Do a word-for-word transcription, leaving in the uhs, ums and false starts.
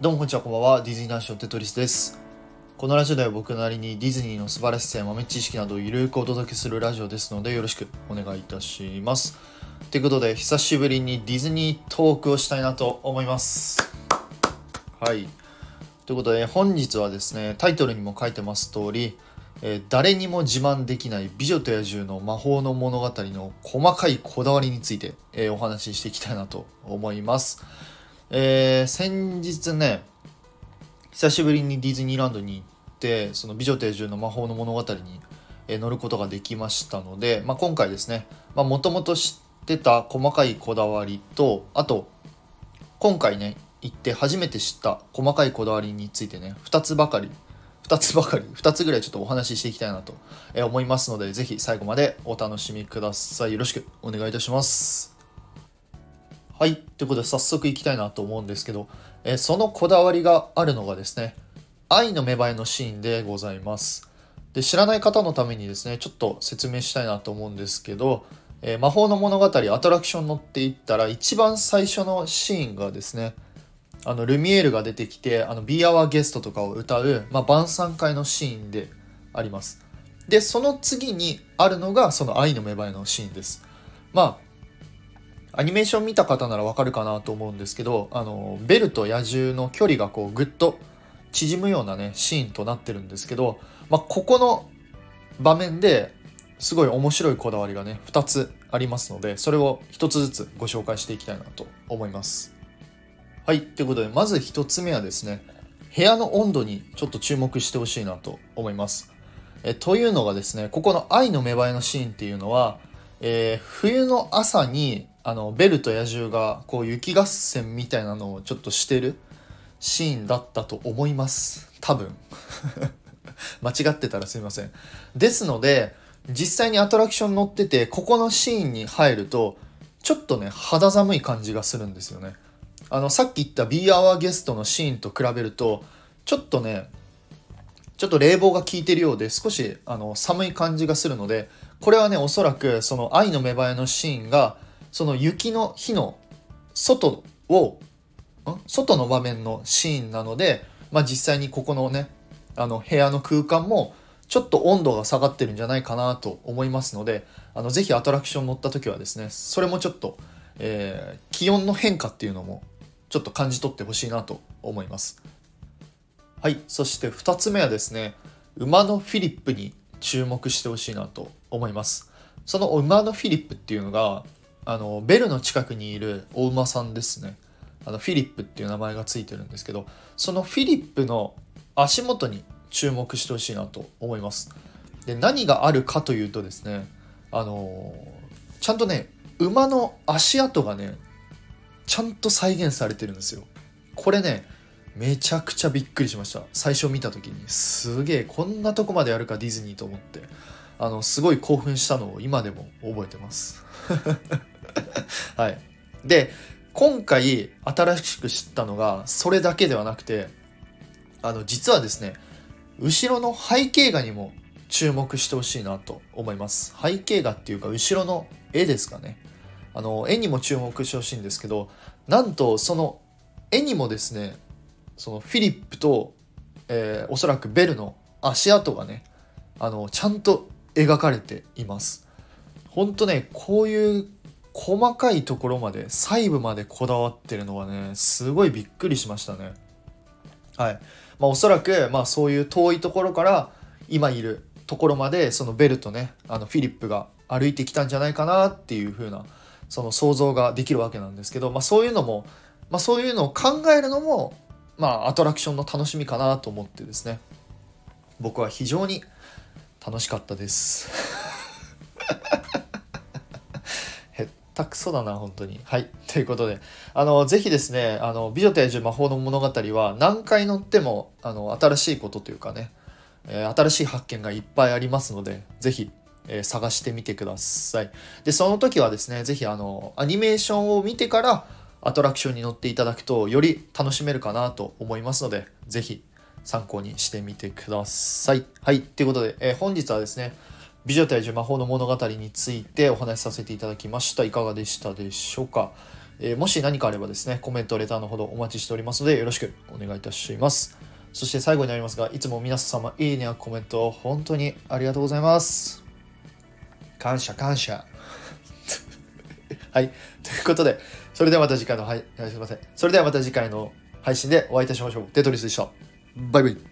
どうもこんにちは、こんばんは。ディズニー男子のテトリスです。このラジオでは僕なりにディズニーの素晴らしさや豆知識などをゆるくお届けするラジオですので、よろしくお願いいたします。ということで、久しぶりにディズニートークをしたいなと思います。はい。ということで、本日はですね、タイトルにも書いてます通り、えー誰にも自慢できない美女と野獣の魔法の物語の細かいこだわりについて、えーお話ししていきたいなと思います。えー先日ね、久しぶりにディズニーランドに行って、その美女と野獣の魔法の物語にえー乗ることができましたので、まあ、今回ですね、もともと知ってた細かいこだわりと、あと今回ね行って初めて知った細かいこだわりについてね、ふたつばかりふたつばかりふたつぐらいちょっとお話ししていきたいなと思いますので、ぜひ最後までお楽しみください。よろしくお願いいたします。はい、ということで早速いきたいなと思うんですけど、えーそのこだわりがあるのがですね、愛の芽生えのシーンでございます。で、知らない方のためにですね、ちょっと説明したいなと思うんですけど、えー魔法の物語アトラクション乗っていったら一番最初のシーンがですね、あのルミエールが出てきて、あの Be Our Guest とかを歌う、まあ、晩餐会のシーンであります。で、その次にあるのがその愛の芽生えのシーンです。まあアニメーション見た方ならわかるかなと思うんですけど、あのベルと野獣の距離がこうぐっと縮むようなねシーンとなってるんですけど、まあ、ここの場面ですごい面白いこだわりがねふたつありますので、それをひとつずつご紹介していきたいなと思います。はい、ということでまずひとつめはですね、部屋の温度にちょっと注目してほしいなと思います。えというのがですね、ここの愛の芽生えのシーンっていうのは、えー冬の朝にあのベルと野獣がこう雪合戦みたいなのをちょっとしてるシーンだったと思います。多分間違ってたらすいません。ですので実際にアトラクション乗ってて、ここのシーンに入るとちょっとね肌寒い感じがするんですよね。あのさっき言った Be Our Guest のシーンと比べるとちょっとねちょっと冷房が効いてるようで少しあの寒い感じがするので、これはねおそらくその愛の芽生えのシーンがその雪の日の外をん外の場面のシーンなので、まあ、実際にここのねあの部屋の空間もちょっと温度が下がってるんじゃないかなと思いますので、あのぜひアトラクション乗った時はですね、それもちょっと、えー気温の変化っていうのもちょっと感じ取ってほしいなと思います。はい、そしてふたつめはですね、馬のフィリップに注目してほしいなと思います。その馬のフィリップっていうのが、あのベルの近くにいるお馬さんですね。あのフィリップっていう名前がついてるんですけど、そのフィリップの足元に注目してほしいなと思います。で、何があるかというとですね、あのちゃんとね、馬の足跡がね、ちゃんと再現されてるんですよ。これね、めちゃくちゃびっくりしました。最初見た時にすげえこんなとこまでやるかディズニーと思って、あのすごい興奮したのを今でも覚えてますはい。で、今回新しく知ったのがそれだけではなくて、あの実はですね、後ろの背景画にも注目してほしいなと思います。背景画っていうか後ろの絵ですかね。あの絵にも注目してほしいんですけど、なんとその絵にもですね、そのフィリップと、えーおそらくベルの足跡がね、あのちゃんと描かれています。ほんとね、こういう細かいところまで細部までこだわってるのはね、すごいびっくりしましたね。はい。まあおそらく、まあそういう遠いところから今いるところまでそのベルとね、あのフィリップが歩いてきたんじゃないかなっていう風なその想像ができるわけなんですけど、まあそういうのも、まあそういうのを考えるのも、まあアトラクションの楽しみかなと思ってですね、僕は非常に楽しかったですへったくそだな本当に。はい、ということで、あのぜひですね、あの美女と野獣魔法の物語は何回乗ってもあの新しいことというかね、えー新しい発見がいっぱいありますので、ぜひ、えー探してみてください。で、その時はですね、ぜひあのアニメーションを見てからアトラクションに乗っていただくとより楽しめるかなと思いますので、ぜひ参考にしてみてください。はい、ということで、えー本日はですね、美女と野獣魔法の物語についてお話しさせていただきました。いかがでしたでしょうか。 えー、もし何かあればですね、コメント、レターのほどお待ちしておりますので、よろしくお願いいたします。そして最後になりますが、いつも皆様、いいねやコメント、本当にありがとうございます。感謝感謝。はい。ということで、それではまた次回の、はい、すいません。それではまた次回の配信でお会いいたしましょう。テトリスでした。バイバイ。